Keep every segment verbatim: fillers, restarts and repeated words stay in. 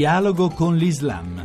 Dialogo con l'Islam.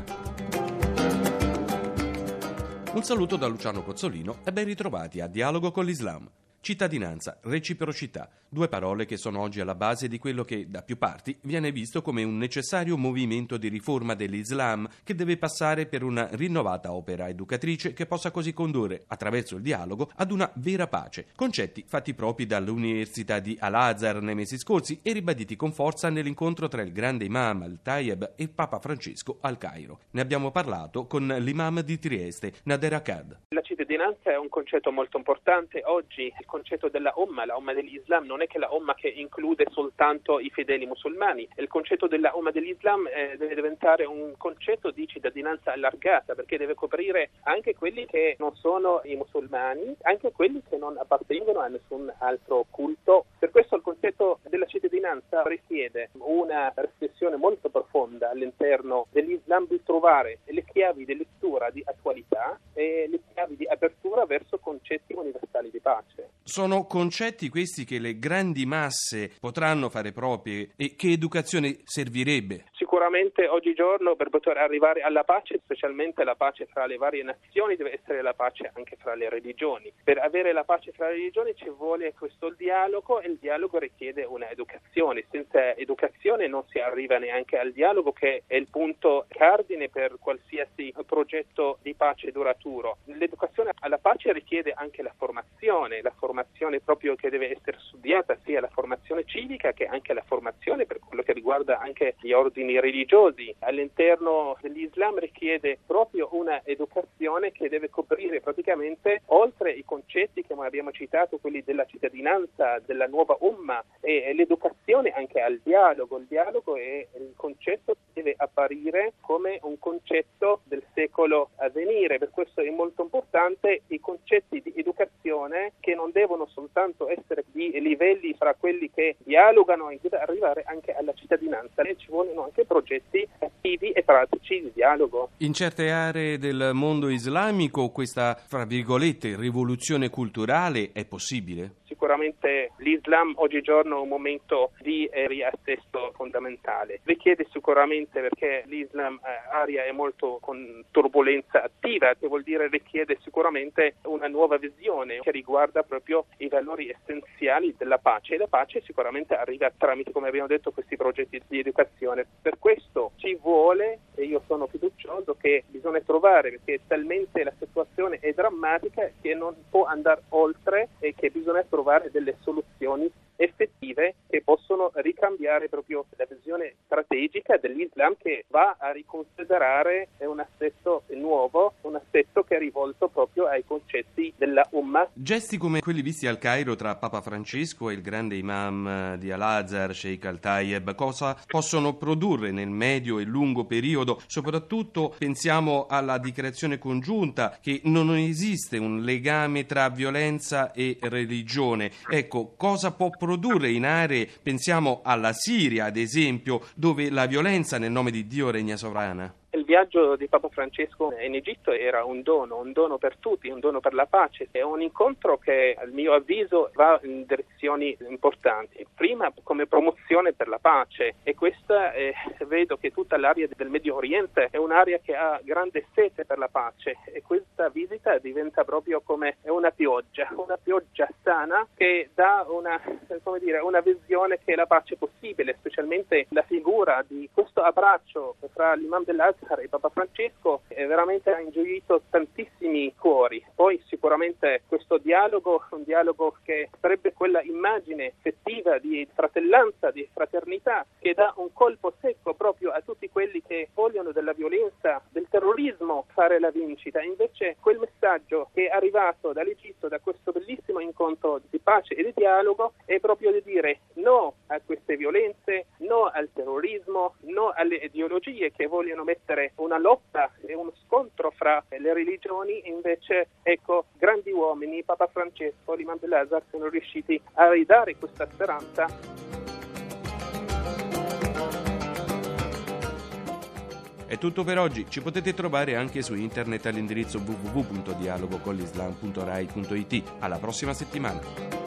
Un saluto da Luciano Cozzolino e ben ritrovati a Dialogo con l'Islam. Cittadinanza, reciprocità, due parole che sono oggi alla base di quello che da più parti viene visto come un necessario movimento di riforma dell'Islam che deve passare per una rinnovata opera educatrice che possa così condurre, attraverso il dialogo, ad una vera pace. Concetti fatti propri dall'Università di Al-Azhar nei mesi scorsi e ribaditi con forza nell'incontro tra il grande imam Al-Tayeb e Papa Francesco al Cairo. Ne abbiamo parlato con l'imam di Trieste, Nader Akkad. La cittadinanza è un concetto molto importante. Oggi il concetto della Umma, la Umma dell'Islam, non è che la Umma che include soltanto i fedeli musulmani. Il concetto della Umma dell'Islam eh, deve diventare un concetto di cittadinanza allargata, perché deve coprire anche quelli che non sono i musulmani, anche quelli che non appartengono a nessun altro culto. Per questo il concetto della cittadinanza richiede una riflessione molto profonda all'interno dell'Islam, di trovare le chiavi di lettura di attualità e le chiavi di apertura verso concetti universali di pace. Sono concetti questi che le grandi masse potranno fare proprie, e che educazione servirebbe? Sicuramente oggigiorno per poter arrivare alla pace, specialmente la pace fra le varie nazioni, deve essere la pace anche fra le religioni. Per avere la pace fra le religioni ci vuole questo dialogo, e il dialogo richiede una educazione. Senza educazione non si arriva neanche al dialogo, che è il punto cardine per qualsiasi progetto di pace duraturo. L'educazione alla pace richiede anche la formazione, la formazione proprio che deve essere studiata, sia la formazione civica che anche la formazione per quello che riguarda anche gli ordini religiosi. All'interno dell'Islam richiede proprio una educazione che deve coprire praticamente, oltre i concetti che abbiamo citato, quelli della cittadinanza, della nuova Umma, e l'educazione anche al dialogo. Il dialogo è il concetto che deve apparire come un concetto del secolo a venire. Per questo è molto importante i concetti di educazione, che non devono soltanto essere di livelli fra quelli che dialogano, e deve arrivare anche alla cittadinanza, e ci vogliono anche progetti attivi e pratici di dialogo. In certe aree del mondo islamico questa, fra virgolette, rivoluzione culturale è possibile? Sicuramente l'Islam oggigiorno è un momento di eh, riassesto fondamentale. Richiede sicuramente, perché l'Islam eh, area è molto con turbolenza attiva, che vuol dire richiede sicuramente una nuova visione che riguarda proprio i valori essenziali della pace, e la pace sicuramente arriva tramite, come abbiamo detto, questi progetti di educazione. Per questo ci vuole, e io sono fiducioso, che bisogna trovare, perché talmente la situazione è drammatica che non può andare oltre, e che bisogna trovare delle soluzioni effettive che possono ricambiare proprio la visione strategica dell'Islam, che va a riconsiderare un assetto nuovo, un assetto che è rivolto proprio ai concetti della Umma. Gesti come quelli visti al Cairo tra Papa Francesco e il grande imam di Al-Azhar, Sheikh Al-Tayeb, cosa possono produrre nel medio e lungo periodo? Soprattutto pensiamo alla dichiarazione congiunta che non esiste un legame tra violenza e religione. Ecco, cosa può produrre in aree, pensiamo alla Siria ad esempio, dove la violenza nel nome di Dio regna sovrana? Il viaggio di Papa Francesco in Egitto era un dono, un dono per tutti, un dono per la pace. È un incontro che, a mio avviso, va in direzioni importanti. Prima come promozione per la pace, e questa eh, vedo che tutta l'area del Medio Oriente è un'area che ha grande sete per la pace, e questa visita diventa proprio come una pioggia, una pioggia sana che dà una, come dire, una visione che la pace è possibile, specialmente la figura di questo abbraccio fra l'imam dell'Azhar e Papa Francesco è veramente ha ingioito tantissimi cuori. Poi sicuramente questo dialogo, un dialogo che sarebbe quella immagine effettiva di fratellanza, di fraternità, che dà un colpo secco proprio a tutti quelli che vogliono della violenza, del terrorismo fare la vincita. Invece quel messaggio che è arrivato dall'Egitto, da questo bellissimo incontro di pace e di dialogo, è proprio di dire no a queste violenze, no al terrorismo, no alle ideologie che vogliono mettere una lotta e uno scontro fra le religioni. Invece, ecco, grandi uomini, Papa Francesco, l'imam dell'Azhar, sono riusciti a ridare questa speranza. È tutto per oggi, ci potete trovare anche su internet all'indirizzo w w w punto dialogo con l'islam punto rai punto it. Alla prossima settimana.